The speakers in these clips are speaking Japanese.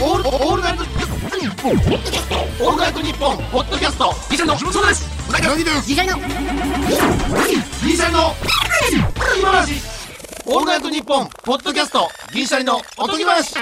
オールナイトニッポンオールナイトニッポンポッドキャストギシャリの木本そうです。うなぎです。ギシャリの今話オールナイトニッポンポッドキャストギシャリのおとぎ話。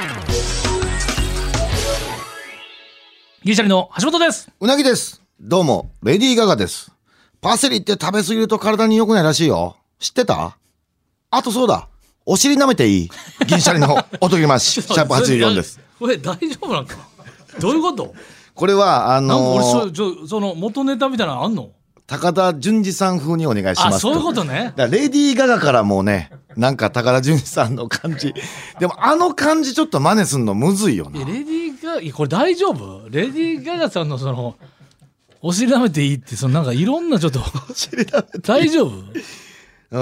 ギシャリの橋本です。 うなぎです。どうもレディーガガです。パセリって食べ過ぎると体に良くないらしいよ。知ってた？あとそうだ、お尻舐めていい？銀シャリのおとぎ話シャープ84です。 これ大丈夫なんか？どういうこと？ これはなんか俺その元ネタみたいなのあんの？ 高田純次さん風にお願いしますと。 そういうことね。 だからレディーガガからもうね、なんか高田純次さんの感じでも感じちょっと真似すんのむずいよな。 レディーガガこれ大丈夫？レディーガガさんのそのお尻舐めていいってそのなんかいろんなちょっと大丈夫？ うん、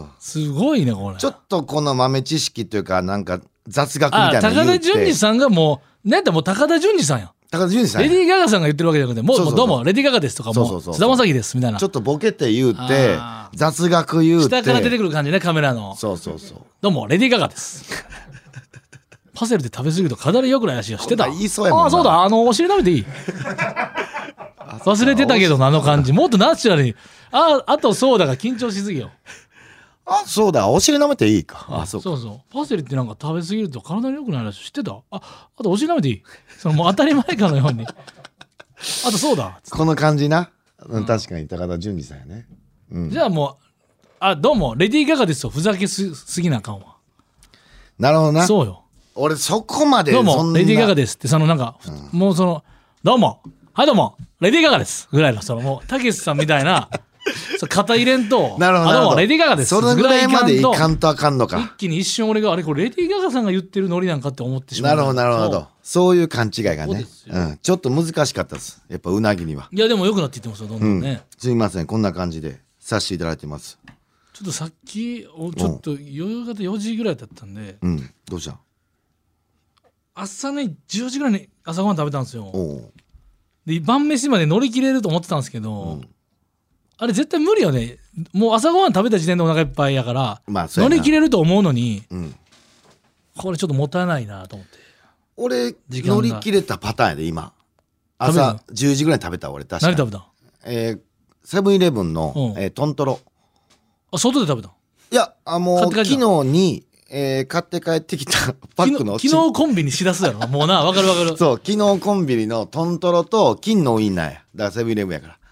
すごいねこれ。 ちょっとこの豆知識というかなんか雑学みたいなの言うて。 高田純次さんがもうなんだもう高田純次さんや。 高田純次さんレディー・ガガさんが言ってるわけじゃなくてもうどうもレディー・ガガですとかもう菅田将暉ですみたいなちょっとボケて言うて雑学言うて下から出てくる感じねカメラの。 そうどうもレディー・ガガですパセリで食べ過ぎると体に良くないらしいよ。知ってた？ 言いそうやもんな。 そうだお尻舐めていい忘れてたけどあの感じもっとナチュラルにあとそうだが緊張しすぎよ。 そうだお尻舐めていいか。 そうパセリってなんか食べ過ぎると体に良くないらしい。知ってた？あとお尻舐めていいそのもう当たり前かのようにあとそうだこの感じな、確かに高田純次さんやね、 じゃあもうどうもレディー・ガガですよ。ふざけすぎなあかんわ。 なるほどな。 そうよ。 俺そこまでどうもレディー・ガガですってそのなんか、もうそのどうもどうもレディー・ガガですぐらいのそのもうたけしさんみたいな肩入れんとなるほどどうもレディー・ガガですそれぐらいまでいかんとあかんのか。 一気に一瞬俺がこれレディー・ガガさんが言ってるノリなんかって思ってしまう。 なるほどそういう勘違いがね、ちょっと難しかったです。やっぱうなぎには。 いやでも良くなっていってますよどんどんね、 すいませんこんな感じでさせていただいてます。 ちょっとさっきちょっと夕方4時ぐらいだったんで、 どうした？ 朝ね10時ぐらいに朝ごはん食べたんですよ。で晩飯まで乗り切れると思ってたんですけど、あれ絶対無理よね。もう朝ごはん食べた時点でお腹いっぱいやから、乗り切れると思うのに、これちょっともったいないなと思って。 俺乗り切れたパターンやで今。朝10時ぐらいに食べた俺確かに。 何食べた？ セブンイレブンの、トントロ。 外で食べた？ いやもう昨日に買って帰ってきたパックの昨日コンビニしだすやろもうな。分かるそう昨日コンビニのトントロと金のウインナーや。だからセブンイレブンやから。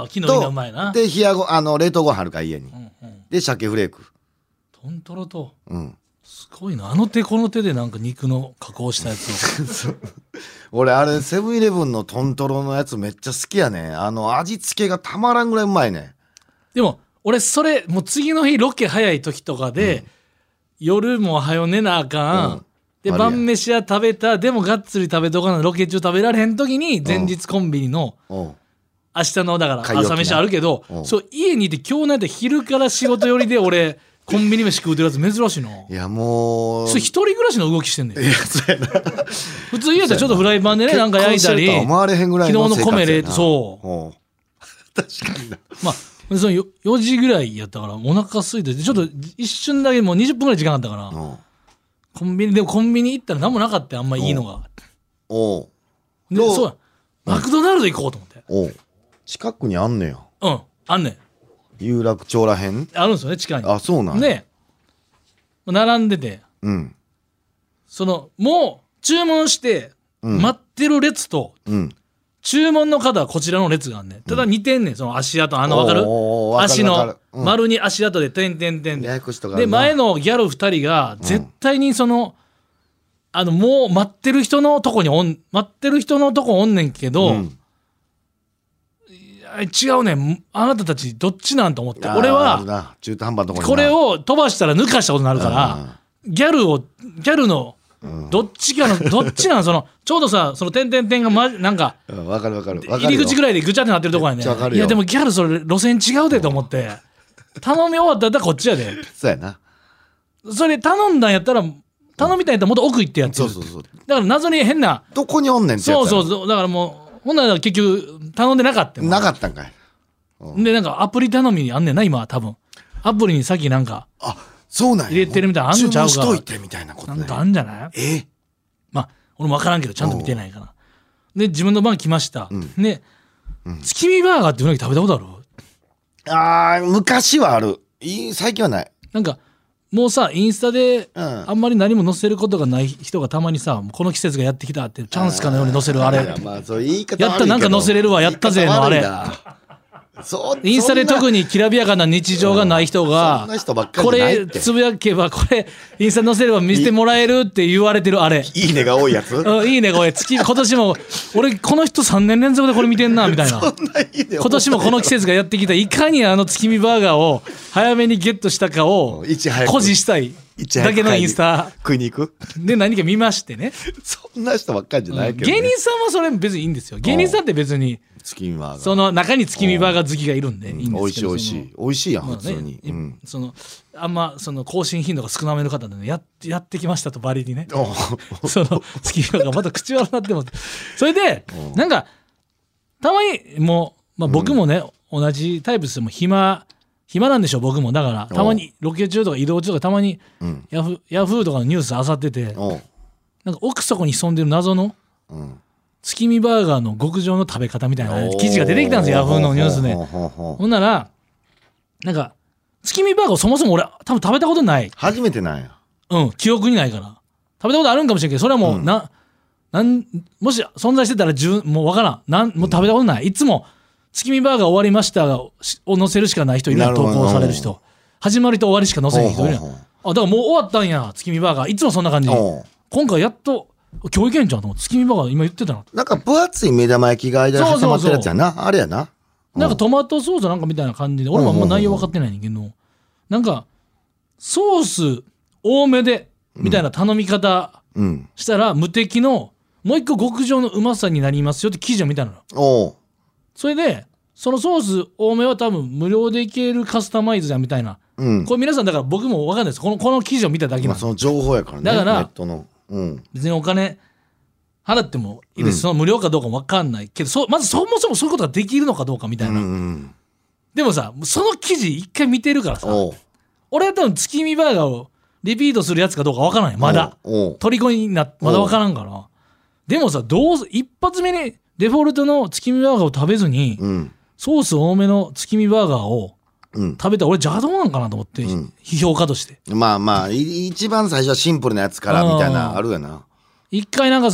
昨日ウインナーうまいな。 で冷凍ご飯あるから家に、で鮭フレークトントロと、すごいな手この手でなんか肉の加工したやつを俺あれセブンイレブンのトントロのやつめっちゃ好きやね。味付けがたまらんぐらいうまいね。 でも俺それもう次の日ロケ早い時とかで、夜も早寝なあかん、で晩飯は食べたでもがっつり食べとかなロケ中食べられへん時に前日コンビニの明日のだから朝飯あるけど、そう家にいて今日なんて昼から仕事寄りで俺コンビニ飯食うてるやつ珍しいな。 いやもうそれ一人暮らしの動きしてんねん。 いやそうやな普通家でちょっとフライパンでねなんか焼いたり昨日の米冷凍そう確かにな。 まあその4時ぐらいやったからお腹空いてちょっと一瞬だけもう20分ぐらい時間あったから、コンビニ行ったら何もなかったよあんまいいのが。でそうやマクドナルド行こうと思って。 近くにあんねや。 あんねん有楽町らへんあるんですよね近いに。 そうなんで並んでて、そのもう注文して待ってる列と、注文の方はこちらの列があんねん。ただ似てんねんその足跡分かる？足の丸に足跡で点々点で前のギャル2人が絶対にそのもう待ってる人のとこおんねんけど、違うねんあなたたちどっちなんと思って。俺は中途半端のとこにこれを飛ばしたら抜かしたことになるからギャルのどっちなんそのちょうどさその点々点がなんか分かる入り口ぐらいでぐちゃってなってるとこやね。いやでもギャルそれ路線違うでと思って頼み終わったらこっちやで。 そうやな。 それ頼んだんやったら頼みたいんやったらもっと奥行ってやってる。だから謎に変などこにおんねんってやつ。 そうだからもうほんなら結局頼んでなかったなかったんかい。でなんかアプリ頼みにあんねんな今多分アプリにさっきなんかそうなんや入れてるみたいなあんのちゃうか。 注文しといてみたいなことね。 なんかあんじゃない？まあ俺も分からんけどちゃんと見てないから。で自分の番来ました、で、月見バーガーってうなぎ食べたことある？ 昔はある。最近はない。 なんかもうさインスタでうんあんまり何も載せることがない人がたまにさこの季節がやってきたってチャンスかのように載せるあれまあそう言い方やったなんか載せれるわやったぜのあれインスタで特にきらびやかな日常がない人がそんな人ばっかりこじゃないってれつぶやけばこれインスタ載せれば見せてもらえるって言われてるあれいいねが多いやつ。 いいねこれ今年も俺この人3年連続でこれ見てんなみたいなそんないいね今年もこの季節がやってきたいかに月見バーガーを早めにゲットしたかをいち早く誇示したいだけのインスタ食いに行く。 で何か見ましてねそんな人ばっかりじゃないけど、ね芸人さんはそれ別にいいんですよ芸人さんって別に月見バーガーその中に月見バーガー好きがいるんでいいん美味しいですけど美味しい美味しいやんまあね普通に、 そのあんまその更新頻度が少なめの方でねやってきましたとバリにねその月見バーガーまた口悪なってもそれでなんかたまにもう、まあ、僕もね、同じタイプですよもう暇なんでしょ僕もだからたまにロケ中とか移動中とかたまにヤフーとかのニュース漁っててなんか奥底に潜んでる謎の月見バーガーの極上の食べ方みたいな記事が出てきたんですよヤフーのニュースで。ほんならなんか月見バーガーをそもそも俺多分食べたことない初めてなんや。 記憶にないから食べたことあるんかもしれんけどそれはもう、もし存在してたらもう分からんもう食べたことないいつも月見バーガー終わりましたを載せるしかない人いるやん投稿される人始まりと終わりしか載せない人いるやんだからもう終わったんや月見バーガーいつもそんな感じ今回やっと今日いけんじゃんと思って月見バーガー今言ってたななんか分厚い目玉焼きが間に挟まってるやつやな。あれやな。 なんかトマトソースなんかみたいな感じで俺もあんま内容分かってないねんけどなんかソース多めでみたいな頼み方したら無敵のもう一個極上のうまさになりますよって記事を見たのよ。それでそのソース多めは多分無料でいけるカスタマイズやみたいな、これ皆さんだから僕も分かんないですこの記事を見ただけなんで、 その情報やからねだからネットの、 別にお金払ってもいいです、その無料かどうかも分かんないけどまずそもそもそういうことができるのかどうかみたいな、でもさその記事一回見てるからさ俺は多分月見バーガーをリピートするやつかどうか分からないまだ虜にまだ分からんからでもさ一発目にデフォルトの月見バーガーを食べずに、ソース多めの月見バーガーを食べたら俺邪道なんかなと思って、批評家としてまあ一番最初はシンプルなやつからみたいなあるやな。 一回なんか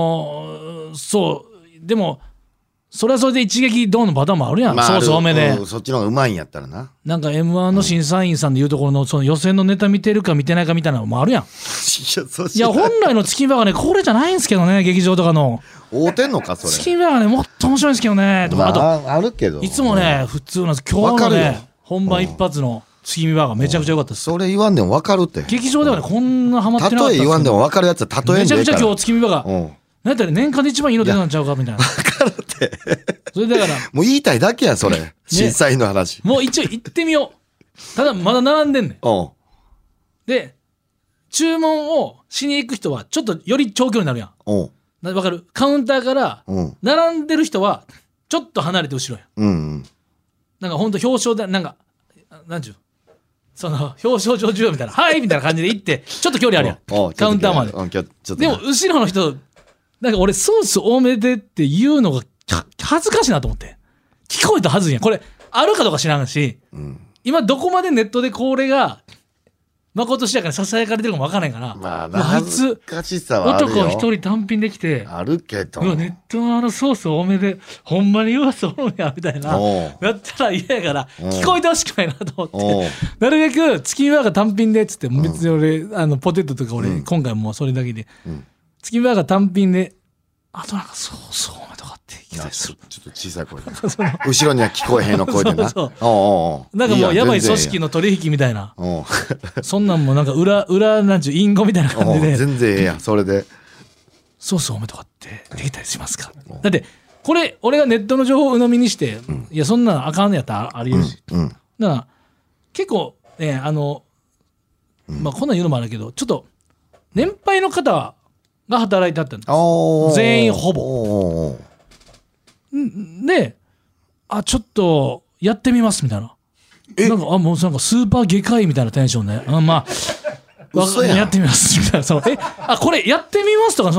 そうでもそれはそれで一撃ドンのパターンもあるやん、ソース多めで、 そっちの方がうまいんやったらな。 なんか M1 の審査員さんでいうところのその予選のネタ見てるか見てないかみたいなのもあるやん。いや本来の月見バーガーねこれじゃないんですけどね劇場とかの合うてんのかそれ。 月見バーガーねもっと面白いんですけどねとか、あとあるけどいつもね普通なんです今日のね本番一発の月見バーガーめちゃくちゃ良かったです。 それ言わんでも分かるって劇場ではねこんなハマってなかった例え言わんでも分かるやつは例えんでめちゃくちゃ今日月見バーガーなんやったら年間で一番いいの出たんちゃうかみたいな分かるってそれだからもう言いたいだけやそれ、審査員の話もう一応行ってみようただまだ並んでんねんで注文をしに行く人はちょっとより長距離になるやん分かるカウンターから並んでる人はちょっと離れて後ろやん、なんかほんと表彰でなんかなんちゅうその表彰状授与みたいなはいみたいな感じで行ってちょっと距離あるやんカウンターまででも後ろの人なんか俺ソース多めでって言うのが恥ずかしいなと思って聞こえたはずやんこれあるかどうか知らんし、今どこまでネットでこれがまことしやかにささやかれてるかも分からないから、 まああいつ男一人単品できてあるけどネットのソース多めでほんまに言わそうやみたいなやったら嫌やから聞こえてほしくないなと思ってなるべく月見バーガー単品でっつって別に俺ポテトとか俺今回もうそれだけで月見バーガー単品であとなんかソース多めとかって言いたりするちょっと小さい声で後ろには聞こえへんの声でななんかもうやばい組織の取引みたいなそんなんもなんか裏なんちゅう隠語みたいな感じで全然ええやんそれでソース多めとかってできたりしますかだってこれ俺がネットの情報を鵜呑みにしていやそんなのあかんのやったらありえるしだから結構ねまあこんなん言うのもあるけどちょっと年配の方が働いてあったんです全員ほぼでちょっとやってみますみたいななんかもうなんかスーパー外科医みたいなテンションねまあやってみますみたいなこれやってみますとか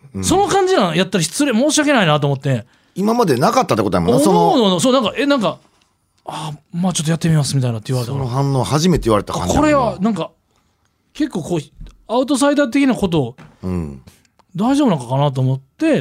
その感じなんやったら失礼申し訳ないなと思って。 今までなかったってことやもんな。 そうなんかまあちょっとやってみますみたいなって言われたその反応初めて言われた感じ。 これはなんか結構こうアウトサイダー的なことを大丈夫なのかなと思って、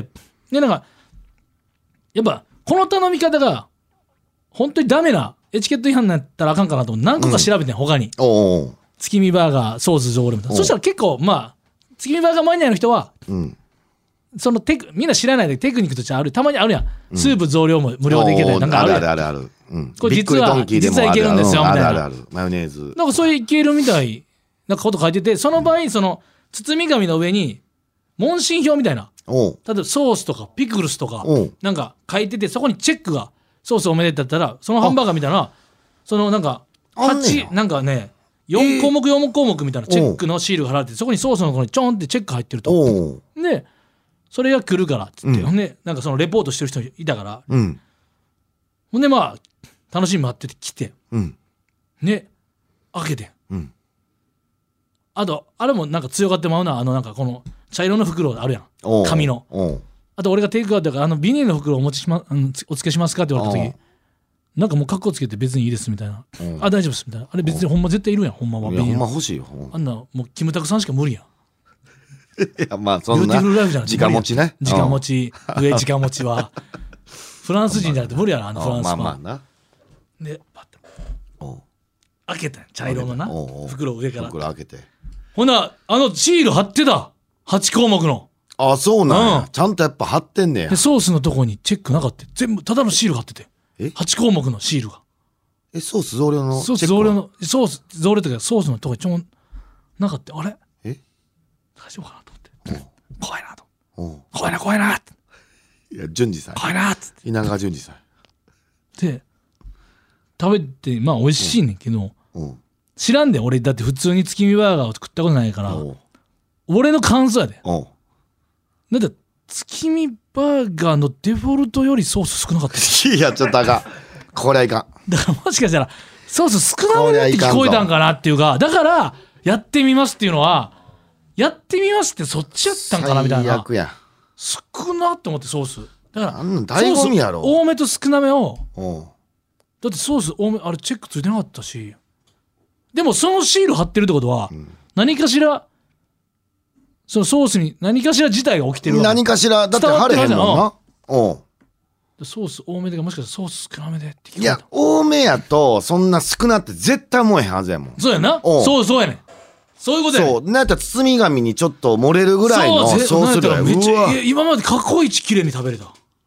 でなんかやっぱこの頼み方が本当にダメなエチケット違反になったらあかんかなと思って何個か調べてん、他に月見バーガーソース増量みたいな。そしたら結構まあ月見バーガーマニアの人は、そのみんな知らないでテクニックとしてある、たまにあるやん、スープ増量も無料でいけたりなんかあるやん。 ある、 これ実はいけるんですよみたいな。 マヨネーズなんかそういういけるみたいなこと書いてて、その場合その包み紙の上に問診票みたいな、例えばソースとかピクルスとかなんか書いてて、そこにチェックがソースおめでとだったら、そのハンバーガーみたいなそのなんかなんかね4項目4項目みたいなチェックのシールが貼られて、そこにソースのところにちょんってチェック入ってると。でそれが来るからっつって、ほんでなんかそのレポートしてる人いたから、ほんでまあ楽しみ待ってて来て、で開けて、あとあれもなんか強がってまうな、なんかこの茶色の袋あるやん、紙の。あと俺がテイクアウトだからビニールの袋お付けしますかって言われた時、なんかもうカッコつけて別にいいですみたいな、あ大丈夫ですみたいな。あれ別にほんま絶対いるやん、ほんまは。 いやほんま欲しいよ。 あんなもうキムタクさんしか無理やん。 いやまあそんな時間持ちね、 時間持ち上時間持ちはフランス人じゃなくて無理やな、フランスは。まあな。でパッと開けたん、茶色のな袋を上から袋開けて、 ほなシール貼ってた8項目の。 あそうなんや、ちゃんとやっぱ貼ってんねや。 でソースのとこにチェックなかった、全部ただのシール貼ってて、8項目のシールが。 ソース増量のソース増量のソース増量というかソースのとこにちょんなかった。あれ大丈夫かなと思って、怖いなと、怖いなって、 いや淳二さん怖いなっつって稲川淳二さんで食べてまあ美味しいねんけど、知らんで俺だって普通に月見バーガーを食ったことないから、俺の感想やで。だって月見バーガーのデフォルトよりソース少なかった。 いやちょっとあかん、これはいかん。 だからもしかしたらソース少なめって聞こえたんかなっていうか、だからやってみますっていうのは、やってみますってそっちやったんかなみたいな。 最悪や。 少なって思って、ソースだからあんなん醍醐味やろ。 多めと少なめを、だってソース多めあれチェックついてなかったし、でもそのシール貼ってるってことは、何かしらそのソースに何かしら事態が起きてるわけ。 何かしらだって貼れへんもんな。 ソース多めでかもしかしたらソース少なめでって聞こえた。 いや多めやとそんな少なって絶対思えへんはずやもん。 そうやな、そうやねん、そういうことやねん。 そうなんやったら包み紙にちょっと漏れるぐらいのソース量や。 めっちゃ今まで過去一綺麗に食べれた。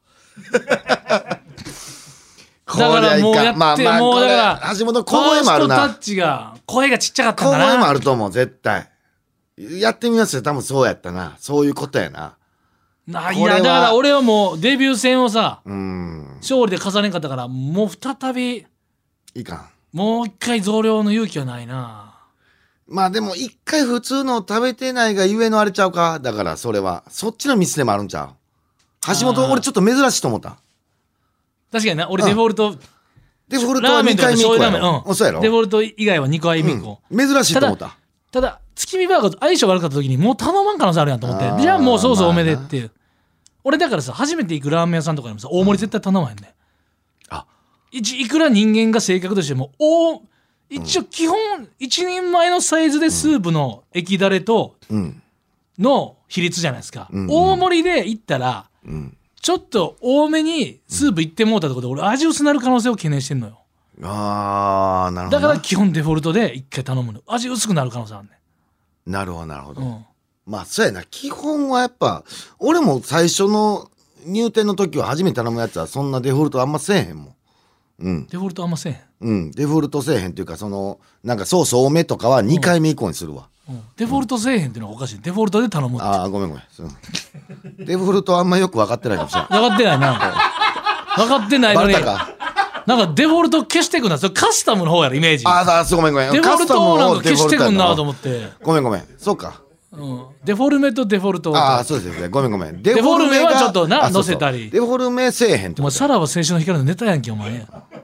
だからもうやってもうだから橋本小声もあるな。 ファーストタッチが声がちっちゃかったんだな。 小声もあると思う絶対。やってみますよ、多分そうやったな、そういうことやな。 いやだから俺はもうデビュー戦をさ勝利で重ねんかったから、もう再びいかん、 もう一回増量の勇気はないな。 まあでも一回普通の食べてないがゆえのあれちゃうか。だからそれはそっちのミスでもあるんちゃう。橋本俺ちょっと珍しいと思った。 確かにな、俺デフォルト、 は2回目以降やろ。そうやろ。 デフォルト以外は2回目以降、 珍しいと思った。 ただ月見バーガーと相性悪かった時にもう頼まん可能性あるやんと思って、じゃあもうソース多めでっていう。俺だからさ、初めて行くラーメン屋さんとかでもさ、大盛り絶対頼まへんね。いくら人間が性格としても一応基本一人前のサイズでスープの液だれとの比率じゃないですか。大盛りで行ったらちょっと多めにスープいってもうたところで俺味薄なる可能性を懸念してんのよ。 なるほど。 だから基本デフォルトで一回頼むの。味薄くなる可能性あるね。 なるほどなるほど。まあそうやな、基本はやっぱ俺も最初の入店の時は初めて頼むやつはそんなデフォルトあんませえへんもん。 デフォルトあんませえへん。 デフォルトせえへんっていうか、そのなんかソース多めとかは2回目以降にするわ。 デフォルトせえへんっていうのはおかしい。デフォルトで頼むって。 ごめんデフォルトあんまよく分かってないかもしれない。 分かってないな。分かってないのにバレたか。 なんかデフォルト消してくんな。それカスタムの方やろイメージ。 ごめんデフォルトをなんか消してくんなと思って。 ごめんそうか。 デフォルメとデフォルト。 そうですね。ごめん。 デフォルメはちょっとな乗せたり。 デフォルメせえへんって。 お前さらば青春の光のネタやんけお前。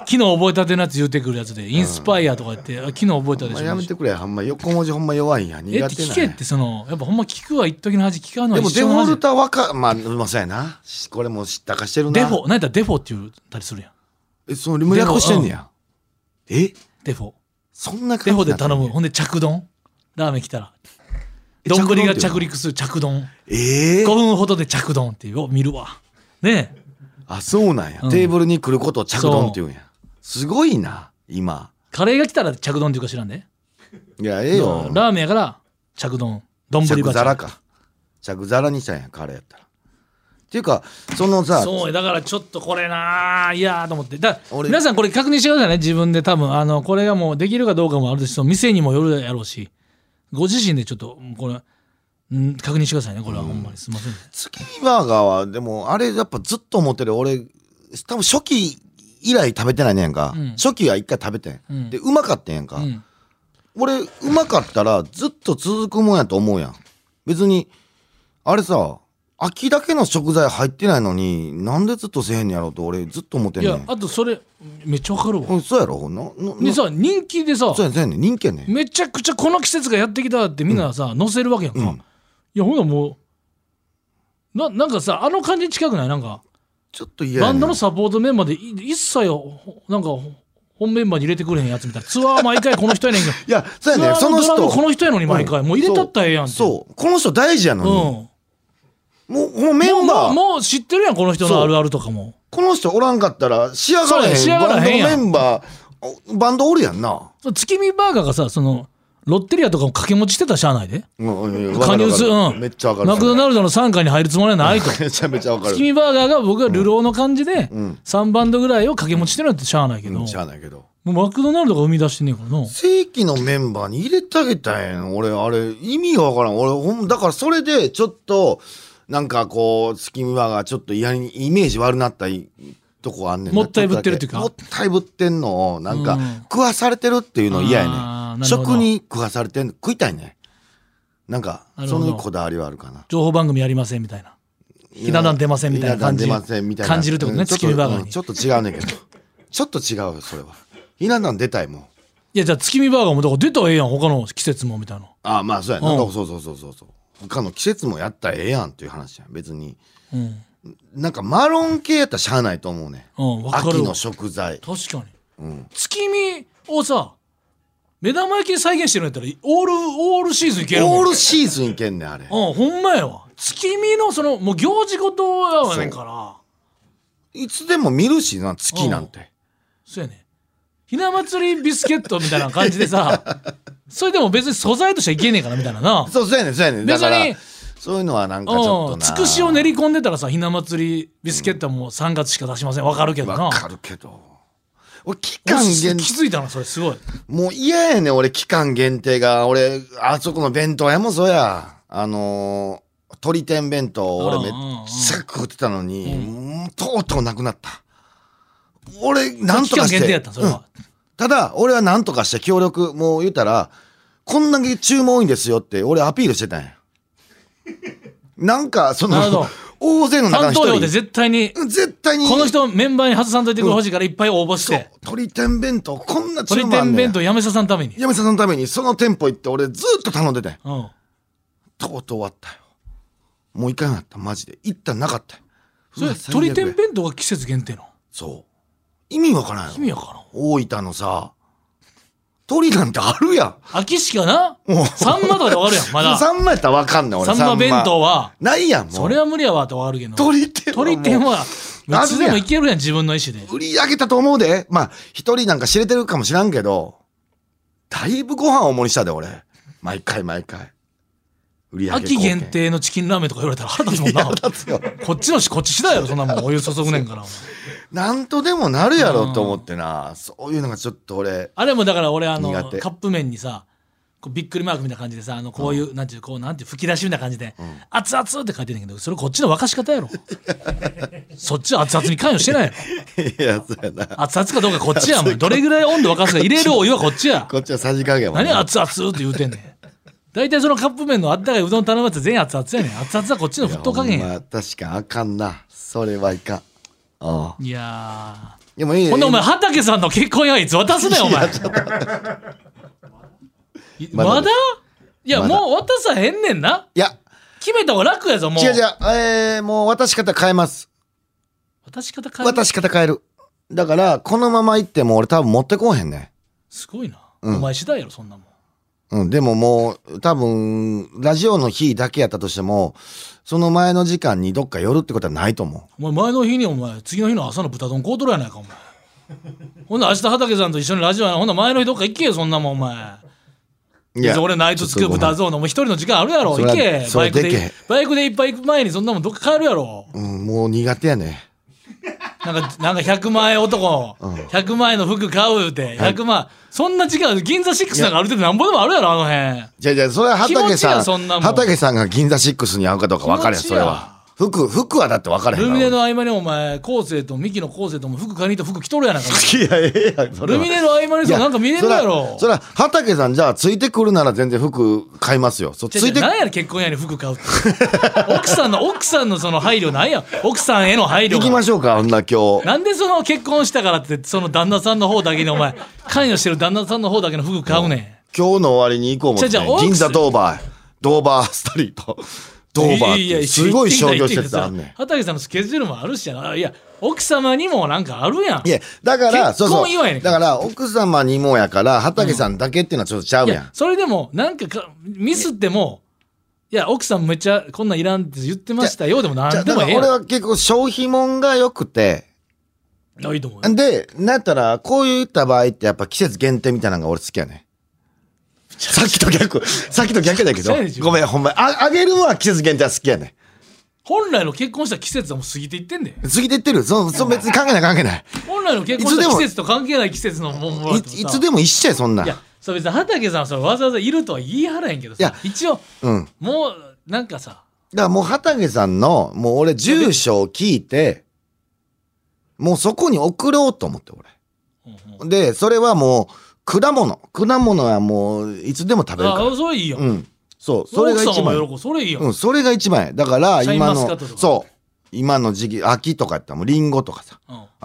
昨日覚えたてのやつ言うてくるやつでインスパイアとか言って昨日覚えたでしょ。 やめてくれほんま横文字ほんま弱いんや苦手なんやって聞けってそのやっぱほんま聞くは一時の恥聞かんのはでもデフ一生の恥。 ォルトはまあそうやなこれも知ったかしてるなデフォ何やったらデフォって言ったりするやん。 その略してんねやデフォそんな感じデフォで頼む。ほんで着丼ラーメン来たら丼が着陸する着丼5分ほどで着丼っていうを見るわねえ。 あそうなんや、テーブルに来ることを着丼って言うんや。すごいな今カレーが来たら着丼っていうか知らんで。 いやええよラーメンやから着丼丼着鉢皿か着皿にしたんやカレーやったらっていうかそのさそうだからちょっとこれないやーと思って俺皆さんこれ確認してくださいね。自分で多分これがもうできるかどうかもあるし店にもよるやろうしご自身でちょっとこれ確認してくださいね。これはほんまにすいませんね。 月見バーガーはでもあれやっぱずっと思ってる俺多分初期以来食べてないねんか、初期は一回食べてん、でうまかったんやんか、俺うまかったらずっと続くもんやと思うやん。別にあれさ秋だけの食材入ってないのになんでずっとせえへんやろうと俺ずっと思ってんねん。 いやあとそれめっちゃわかるわ。 そうやろでさ人気でさそうやねん人気やねん。 めちゃくちゃこの季節がやってきたってみんなさ載せるわけやんか、いやほんなもうなんかさ感じ近くないなんかちょっと嫌やねんバンドのサポートメンバーで一切なんか本メンバーに入れてくれへんやつみたいなツアー毎回この人やねんけどいやそうやねんそのツアードラム人この人やのに毎回、もう入れたったらええやんって。 そうこの人大事やのに、もうメンバーもう知ってるやんこの人のあるあるとかも。 この人おらんかったら仕上がらへん仕上がらへんやんバンドメンバーバンドおるやんな。 月見バーガーがさそのロッテリアとかも掛け持ちしてたらしゃあないで。加入するめっちゃわかる。 マクドナルドの傘下に入るつもりはないと。 めちゃめちゃわかる。 月見バーガーが僕は流浪の感じで3バンドぐらいを掛け持ちしてるなんてしゃあないけど、 しゃあないけどもうマクドナルドが生み出してんねんからな。 正規のメンバーに入れてあげたんやん俺あれ意味がわからん。俺だからそれでちょっとなんかこう月見バーガーちょっと嫌にイメージ悪なったとこあんねんな。 もったいぶってるっていうかもったいぶってんのをなんか食わされてるっていうの嫌やねん。食に食わされてんの食いたいね。なんかそのこだわりはあるかな。 情報番組やりませんみたいなひな壇出ませんみたいな感じ感じるってことね。月見バーガーにちょっと違うねんけどちょっと違うよそれは。ひな壇出たいもん。 いやじゃあ月見バーガーもだから出たらええやん他の季節もみたいな。 ああまあそうやな、そう他の季節もやったらええやんっていう話やん別に、なんかマロン系やったらしゃあないと思うね、秋の食材確かに、月見をさ目玉焼きで再現してるんやったらオールシーズンいけるもん。 オールシーズンいけんねんあれ。 ほんまやわ。月見のそのもう行事ごとやわねんからいつでも見るしな月なんて。 そうやね。ひな祭りビスケットみたいな感じでさそれでも別に素材としてはいけねえからみたいなな。 そうやねんだからそういうのはなんかちょっとなつくしを練り込んでたらさひな祭りビスケットはもう3月しか出しませんわかるけどな。 わかるけど俺期間限定気づいたなそれすごい。 もう嫌やねん俺期間限定が。俺あそこの弁当屋もそうや鶏天弁当俺めっちゃ食ってたのに、とうとうなくなった。俺なんとかして期間限定やったそれは、 ただ俺はなんとかして協力もう言ったらこんだけ注文多いんですよって俺アピールしてたんやなんかその大勢の中の一人ファン投票で絶対にこの人メンバーに外さんといてくれほしいからいっぱい応募して、 鶏天弁当こんな注文あんねん。 鶏天弁当やめささんためにその店舗行って俺ずっと頼んでて、とうとう終わったよ。もう行かなかったマジで。行ったらなかったよ。 それ鶏天弁当が季節限定の。 そう意味わからんよ。 意味わからん。 大分のさ鳥なんてあるやん。 秋しかなサンマとかで終わるやんまだサンマやったらわかんねん俺。 サンマ弁当はないやんもう。 それは無理やわって終わるけど鳥天はいつでもいけるやん自分の意思で。 売り上げたと思うで。まあ一人なんか知れてるかもしらんけどだいぶご飯大盛りしたで俺毎回売り上げ秋限定のチキンラーメンとか言われたら腹立つもんな。こっち次第やろそんなもんお湯注ぐねんからなんとでもなるやろって思ってな。そういうのがちょっと俺あれもだから俺カップ麺にさこうびっくりマークみたいな感じでさこういうなんていう吹き出しみたいな感じで熱々って書いてるんだけどそれこっちの沸かし方やろそっちは熱々に関与してないやろ。 いやそうやな。 熱々かどうかこっちやもん。どれぐらい温度沸かすか入れるお湯はこっちや。 こっちはさじ加減も何熱々って言うてんねん。大体そのカップ麺のあったかいうどん頼むやつ全員熱々やねん。熱々はこっちの沸騰加減や。 確かにあかんなそれはいかん。 いやでもいいほんでお前畠さんの結婚祝いいつ渡すねんお前まだいや、 まだもう渡さへんねんな。 いや決めた方が楽やぞもう。 違うもう渡し方変えます。 渡し方変える。 渡し方変える。だからこのまま行っても俺多分持ってこうへんね。 すごいな、お前次第やろそんなもん。 でももう多分ラジオの日だけやったとしてもその前の時間にどっか寄るってことはないと思お前前の日にお前次の日の朝の豚丼買うとるやないかお前ほんなら明日畠さんと一緒にラジオやな。ほんなら前の日どっか行けよそんなもんお前。 う。い俺ナイトつく豚ゾーンのもう一人の時間あるやろ。行けそれでけバイクでいっぱい行く前にそんなもんどっか帰るやろ。 もう苦手やね。 なんか100万円男、100万円の服買う言うて100万、そんな時間銀座6なんか歩いててなんぼでもあるやろあの辺。 じゃそれは気持ちやそんなもん畠さんが銀座6に会うかどうか分かるやんそれは。服はだって分からへんルミネの合間にお前昴生とミキの昴生とも服買いに行った服着とるやないか。 いややそれはルミネの合間になんか見れるやろ。 それは畠さんじゃあついてくるなら全然服買いますよ。ついて何やねん結婚やに服買うって奥さんのその配慮なんや。奥さんへの配慮が。 行きましょうか今日。 なんでその結婚したからってその旦那さんの方だけにお前関与してる旦那さんの方だけの服買うねん。 今日の終わりに行こう思って、ね、銀座ドーバーストリートドーバーってすごい商業施設あんねん。 畠さんのスケジュールもあるしや。いや奥様にもなんかあるやん。 いやだから結婚祝いねんだから奥様にもやから畠さんだけっていうのはちょっとちゃうやん。 それでもなんかミスってもいや奥さんめっちゃこんなんいらんって言ってましたよでもなんでもええやん。 俺は結構消費物が良くていいと思うよ。 でなんやったらこういった場合ってやっぱ季節限定みたいなのが俺好きやね。さっきと逆だけどごめんほんまあげるのは季節限定は好きやね。 本来の結婚した季節はもう過ぎていってんで。 過ぎていってる。そう別に関係ない本来の結婚した季節と関係ない季節のもんもらってもさいつでも一緒やそんなん。 いやそう別に畠さんはそれわざわざいるとは言い張らへんけどさ、一応、もうなんかさだからもう畠さんのもう俺住所を聞いてもうそこに送ろうと思って俺、でそれはもう果物はもういつでも食べるから。 それいいよ。 そうそれが一番。 それいいよ。 それが一番や。だから今のそう今の時期秋とかやったらもうリンゴとかさ、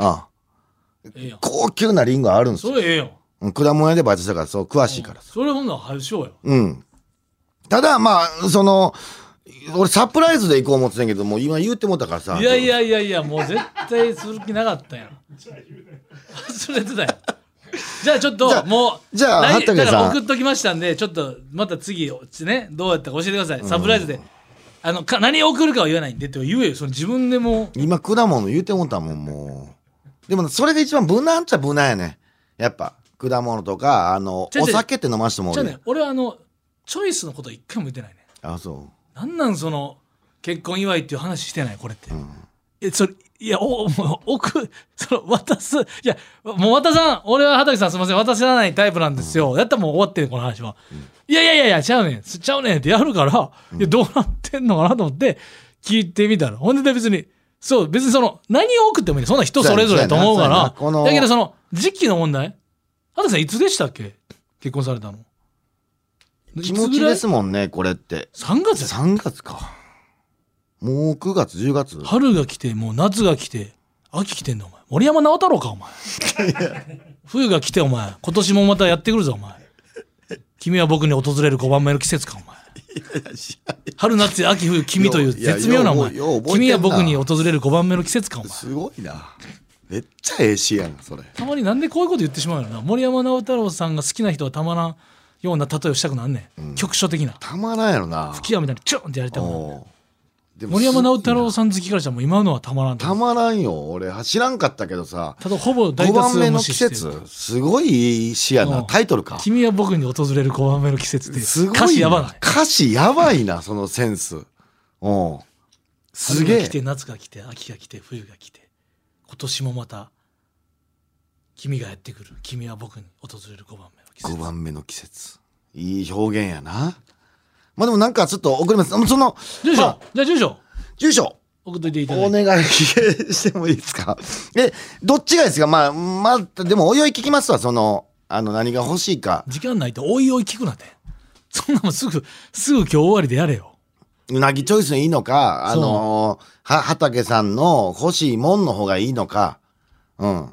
高級なリンゴあるんですよ。 それええよ。 果物屋でバイトしたからそう詳しいからさ。 それほんなら配しようよ。 ただまあその俺サプライズで行こう思ってたんやけどもう今言ってもったからさ。 いやもう絶対する気なかったやん。忘れてたよ。じゃあちょっともうじゃあ畠さんだから送っときましたんでちょっとまた次ねどうやったか教えてください。サプライズで何送るかは言わないんでって言えよ。その自分でも今果物言うてもったもんもう。でもそれが一番無難っちゃ無難やね。やっぱ果物とかお酒って飲ましてもじゃあね俺はチョイスのこと一回も言ってないね。 あそう。 なんその結婚祝いっていう話してないこれって。それいやもう渡すいやもう渡さん俺は畠さんすみません渡さないタイプなんですよ。やったらもう終わってるこの話は。いやちゃうねんってやるから、いやどうなってんのかなと思って聞いてみたらほんで別にその何を送ってもいいね。そんな人それぞれと思うからだけどその時期の問題畠さんいつでしたっけ結婚されたの。 気持ちですもんねこれって 3月 3月か。もう9月10月春が来てもう夏が来て秋来てんだお前。森山直太朗かお前冬が来てお前今年もまたやってくるぞお前。君は僕に訪れる5番目の季節かお前。春夏秋冬君という絶妙なお前。君は僕に訪れる5番目の季節かお前。 すごいな。めっちゃええ詩やんそれ。 たまになんでこういうこと言ってしまうのな。森山直太朗さんが好きな人はたまらんような例えをしたくなんねん、局所的なたまらんやろな。 吹き矢みたいにチュンってやりたくなんねん。森山直太朗さん好きからしたらもう今のはたまらん。 たまらんよ。俺知らんかったけどさ。 ただほぼ大多多数数無視してる。5番目の季節すごい詩やな。タイトルか。 君は僕に訪れる5番目の季節ってすごい歌詞やばない。 歌詞やばいなそのセンス。すげえ。 春が来て夏が来て秋が来て冬が来て今年もまた君がやってくる。君は僕に訪れる5番目の季節。 5番目の季節。いい表現やな。まあでもなんかちょっと送ります。その住所、じゃあ住所送っといていただいて。 お願いしてもいいですか。どっちがいいですか。まあでもおいおい聞きますわ。何が欲しいか。 時間ないとおいおい聞くなって。そんなもんすぐ今日終わりでやれよ。 うなぎチョイスでいいのか畠さんの欲しいもんの方がいいのか。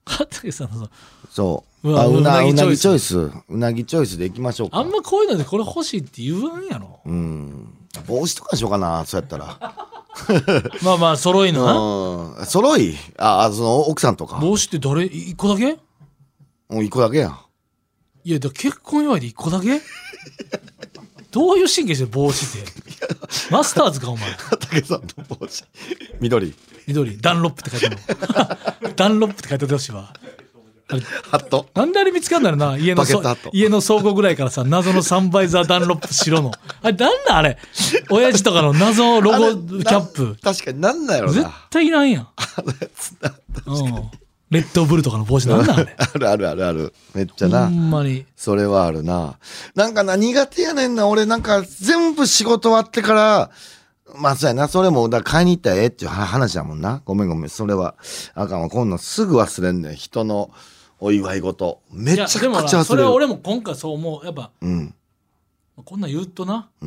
片桐さんのそううわうなぎチうなぎチョイョイスうなぎチョイスでいきましょうか。 あんまこういうのでこれ欲しいって言わんやろ。 帽子とかにしようかな、そうやったら。 まあまあ揃いのな。 揃いその奥さんとか帽子って誰一個だけ？ もう一個だけやん。 いやだから結婚祝いで一個だけ？どういう神経してる帽子ってマスターズかお前。 竹さんの帽子緑ダンロップって書いてるの。ダンロップって書いてほしいわ。 ハットなんであれ見つかんだろな、家のバケットハット家の倉庫ぐらいからさ、謎のサンバイザーダンロップ白のあれなんだあれ、親父とかの謎ロゴキャップ確かになんだよな。 絶対いらんやん。レッドブルとかの帽子なんだあれ。 あるめっちゃなほんまにそれはあるな。なんかな苦手やねんな俺。なんか全部仕事終わってからまあそうやな、それもだから買いに行ったらええっていう話だもんな。ごめんそれはあかんわ。今度すぐ忘れんねん、人のお祝い事めちゃくちゃでも忘れる。 それは俺も今回そう思う。やっぱ、こんなん言うとな、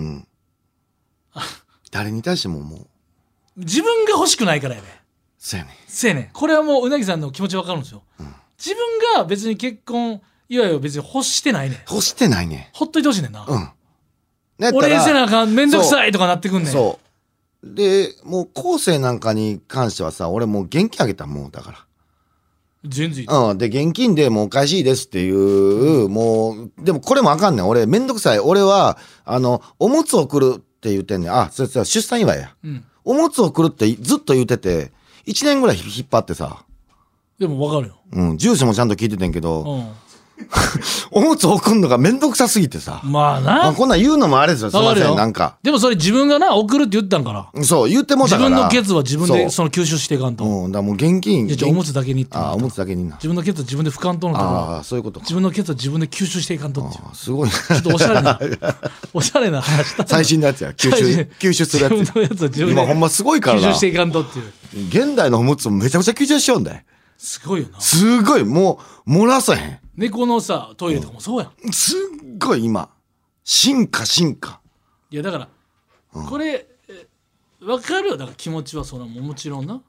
誰に対してももう自分が欲しくないからやね。 そうやねん。 せやねん。これはもううなぎさんの気持ちわかるんですよ、自分が別に結婚祝いを別に欲してないねん。 欲してないねん。 ほっといてほしいねんな。 ね俺せなあかんめんどくさいとかなってくんねん。 そうでもう後世なんかに関してはさ、俺もう現金あげたもんだから全然いい。 で現金でもうお返しいいですっていう、もうでもこれもあかんねん。俺めんどくさい。俺はおむつを送るって言ってんねん。それさ出産祝いや、おむつを送るってずっと言ってて1年ぐらい引っ張ってさ。 でもわかるよ。 住所もちゃんと聞いててんけど、おむつ送るのがめんどくさすぎてさ。 まあな、 こんなん言うのもあれですよ。すいません。なんかでもそれ自分がな送るって言ったんから。 そう言ってもうたから。 自分のケツは自分でその吸収していかんと。 だからもう現金。 おむつだけにっておむつだけにな。 自分のケツは自分で拭かんとのところ。 そういうことか。 自分のケツは自分で吸収していかんとっていう。 すごい。ちょっとおしゃれなおしゃれな話だ。 最新のやつや。吸収するやつ。 自分のやつは自分で今ほんますごいからな。 吸収していかんとっていう。 現代のおむつめちゃくちゃ吸収しようんだよ。 すごいよな。 すごいもう漏らさへん。 猫のさトイレとかもそうやん。 すっごい今進化。 いやだからこれ分かるよ。だから気持ちはそれはもちろんな。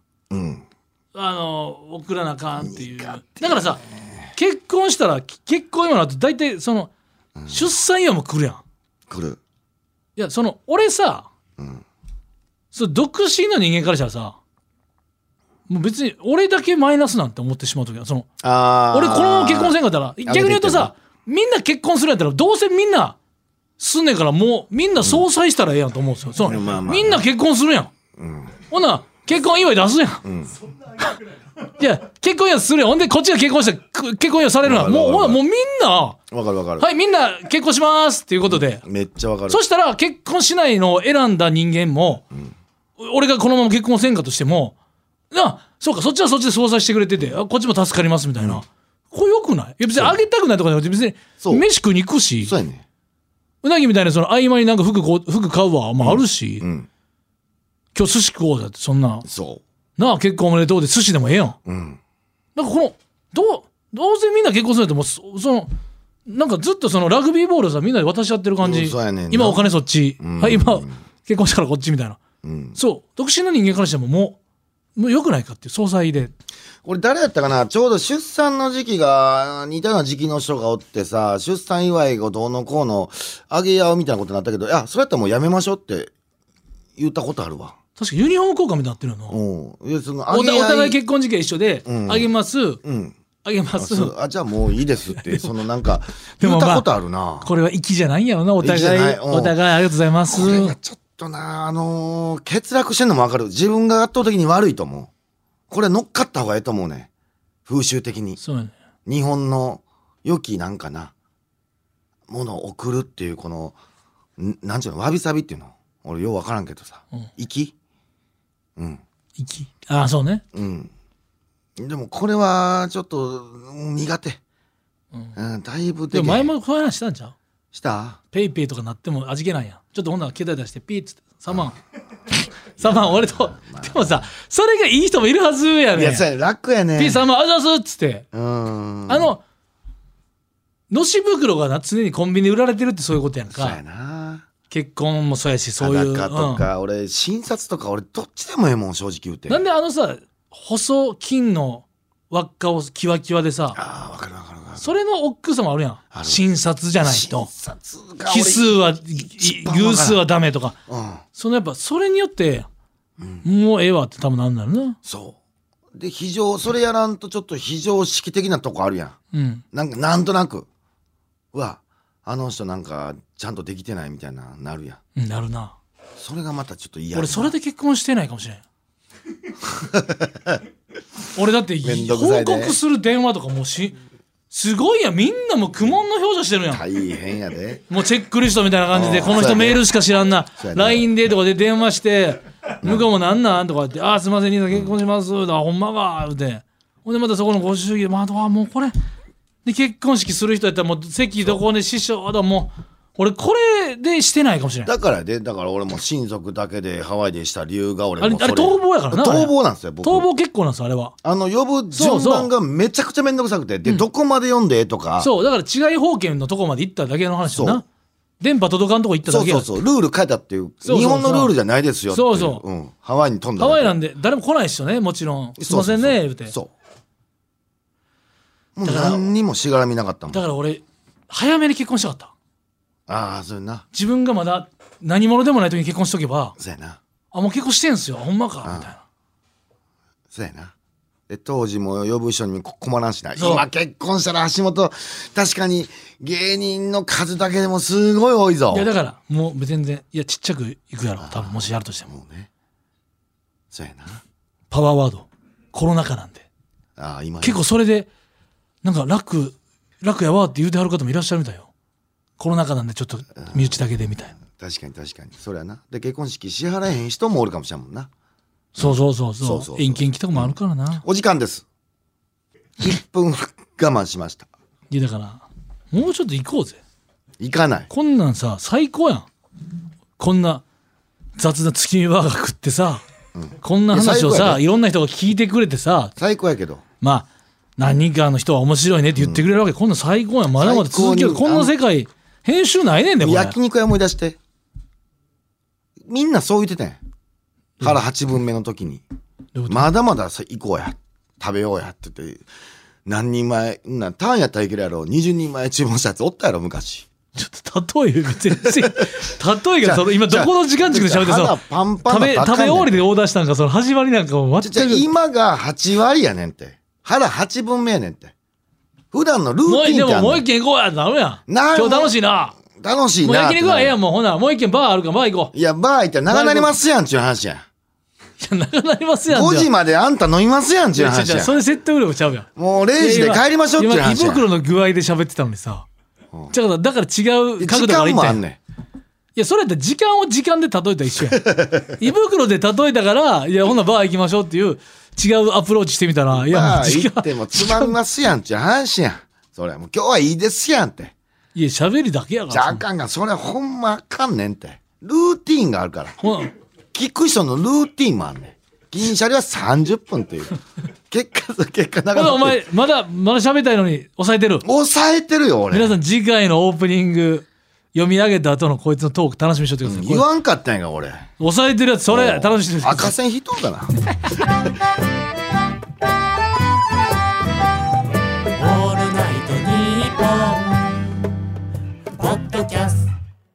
送らなあかんっていう。だからさ結婚したら結婚今の後大体その出産祝いも来るやん。 来る。 いや俺さ、独身の人間からしたらさ、もう別に俺だけマイナスなんて思ってしまうときは俺このまま結婚せんかったら、逆に言うとさみんな結婚するんやったらどうせみんなすんねんから、もうみんな総裁したらええやんと思うんですよ。みんな結婚するやん、ほんなら結婚祝い出すやん、いや結婚祝いするやん。ほんでこっちが結婚して結婚祝いされるやん。もうみんなわかるはいみんな結婚しますっていうことで、 めっちゃわかる。 そしたら結婚しないのを選んだ人間も、俺がこのまま結婚せんかとしてもそうかそっちはそっちで総裁してくれててこっちも助かりますみたいな、これよくない？いや別にあげたくないとかじゃなくて別に飯食いに行くし、 そうやね。 うなぎみたいなその合間になんか服買うわ、あるし、今日寿司食おうだってそんななあ結婚おめでとうで寿司でもええやん。なんかこのどうせみんな結婚するってもうそのなんかずっとそのラグビーボールさみんなで渡し合ってる感じ。今お金そっち、はい今結婚したからこっちみたいな、そう独身の人間からしてももう良くないかっていう総裁で。 俺誰やったかな、ちょうど出産の時期が似たような時期の人がおってさ、出産祝いをどうのこうのあげ合うみたいなことになったけど、いやそれやったらもうやめましょうって言ったことあるわ。 確かユニフォーム交換みたいになってるの。お互い結婚時期は一緒で、あげます、あげます。 じゃあもういいですってそのなんか言ったことあるな。 これは粋じゃないんやろな、お互いありがとうございます。 これがちょっとな欠落してんのも分かる。自分が圧倒的に悪いと思う。これ乗っかった方がいいと思うね、風習的に。 そうね。 日本の良きなんかなものを送るっていうこのなんちゅうのわびさびっていうの俺よう分からんけどさ、粋そうね。 でもこれはちょっと苦手。だいぶでも前もこういう話したんちゃう？ したペイペイとかなっても味気ないやん。ちょっとほんなら携帯出してピーッつって3万3万俺と、でもさそれがいい人もいるはずやねん。 いやそれ楽やねん。 ピー3万あざすっつってのし袋がな常にコンビニで売られてるってそういうことやんか。 そうやな。 結婚もそうやしそういう裸とか、俺診察とか俺どっちでもええもん正直言うて。 なんでさ細金の輪っかをキワキワでさ、 ああ、わかるわかるわかる。 それの億劫さもあるやん。 ある診察じゃないと。 診察が奇数は偶数はダメとか。 うん。 そのやっぱそれによって、もうええわって多分なんだろうな。 そうでそれやらんとちょっと非常識的なとこあるやん。 うん。 なんとなくうわあの人なんかちゃんとできてないみたいななるやん。 なるな。 それがまたちょっと嫌。 俺それで結婚してないかもしれん。俺だってめんどくさいで報告する電話とかもうすごいやん。みんなもう苦悶の表情してるやん。 大変やで。 もうチェックリストみたいな感じで、 うんこの人メールしか知らんな、 そうやね LINE でとかで電話して、向こうもなんなんとか言って、あーすいません、兄さん結婚します、ほんまかって。ほんでまたそこのご祝儀、まあ、もうこれ、で結婚式する人やったらもう席どこで師匠だ、もう、俺これでしてないかもしれない。 だから俺も親族だけでハワイでした理由が俺もあれ逃亡やからな。 逃亡なんですよ僕。 逃亡結婚なんですよ、あれは。 呼ぶ順番がめちゃくちゃめんどくさくて、でどこまで読んでとか。 そう、だから違い保険のとこまで行っただけの話だな。 そう電波届かんとこ行っただけや。 そうルール変えたっていう。 そう日本のルールじゃないですよっていそう、 ん、ハワイに飛んだハワイなんで誰も来ないっしょね、もちろん。すいませんね言うて。 そうもう何にもしがらみなかったもん。 だから俺早めに結婚したかった。 ああそうやな。 自分がまだ何者でもない時に結婚しとけば、 そうやな。 あ、もう結婚してんすよ、ほんまかみたいな。 そうやな。で当時も呼ぶ人にも困らんしな。 そう今結婚したら橋本確かに芸人の数だけでもすごい多いぞ。 いやだからもう全然、いやちっちゃくいくやろ多分、もしやるとしても。 もうね。そうやな。 パワーワードコロナ禍なんで、 ああ今結構それでなんか楽やわって言うてはる方もいらっしゃるみたいよ。コロナ禍なんでちょっと身内だけでみたいな。 確かにそれやな。で結婚式支払えへん人もおるかもしれんもんな。 そうそう遠近期とかもあるからな。 お時間です。1分我慢しました。 いやだからもうちょっと行こうぜ。 行かない。 こんなんさ最高やん。こんな雑な月見バーガー食ってさ、こんな話をさ、いろんな人が聞いてくれてさ、 最高やけどまあ何人かの人は面白いねって言ってくれるわけ、こんなん最高やん。まだまだ続ける。こんな世界編集ないねんでこれ。 焼肉屋思い出して。みんなそう言ってたんや。腹8分目の時にまだまださ行こうや食べようやって言って何人前ターンやったらいけるやろ20人前注文したやつおったやろ昔。 ちょっと例え全然例えがその今どこの時間軸で喋ってさ、 パンパン食べ終わりでオーダーしたんか、その始まりなんかも全く。 今が8割やねんって。腹8分目やねんって。普段のルーティンってあんねん。 でももう一軒行こうやってなるやん。今日楽しいな。 楽しいな。 もう焼肉はええやん。もうほなもう一軒バーあるからバー行こう。 いやバー行ったら長なりますやんちゅう話やん。 いや長なりますやん。 5時まであんた飲みますやんちゅう話やん。 それ説得力ちゃうやん。 もう0時で帰りましょうっていう話やん。 今胃袋の具合で喋ってたのにさ、だから違う角度から言ったやん。いやそれって時間を時間で例えたら一緒やん。胃袋で例えたからいやほなバー行きましょうっていう違うアプローチしてみたら、いやもう時間行ってもつまみますやんちゅう話やん。それもう今日はいいですやんって。 いや喋りだけやから。 じゃあかんがそれほんまあかんねんって。ルーティーンがあるから。聞く人のルーティーンもあんねん。銀シャリは30分っていう結果長くお前まだ喋りたいのに抑えてるよ俺。 皆さん次回のオープニング読み上げた後のこいつのトーク楽しみにしとってください。 言わんかったんやが俺。 抑えてるやつそれ楽しみにしてください。 赤線引いとるかな。 オールナイトニッポンポッドキャスト。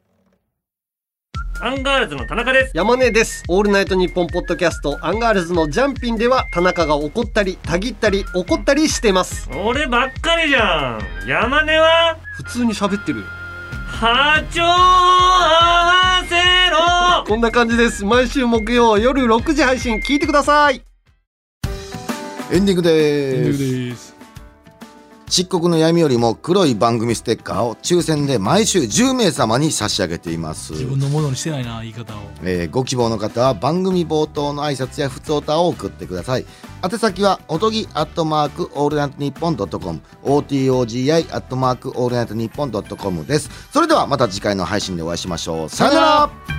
アンガールズの田中です。 山根です。オールナイトニッポンポッドキャストアンガールズのジャンピンでは田中が怒ったりたぎったり怒ったりしてます。 俺ばっかりじゃん。山根は普通に喋ってるよ。 波長合わせろ。 こんな感じです。毎週木曜夜6時配信聞いてください。 エンディングでエンディンーす。 グです。 漆黒の闇よりも黒い番組ステッカーを抽選で毎週10名様に差し上げています。 自分のものにしてないな言い方を。 ご希望の方は番組冒頭の挨拶や普通歌を送ってください。宛先はおとぎ@allnightnippon.com OTOGI@allnightnippon.com です。それではまた次回の配信でお会いしましょう。さよなら。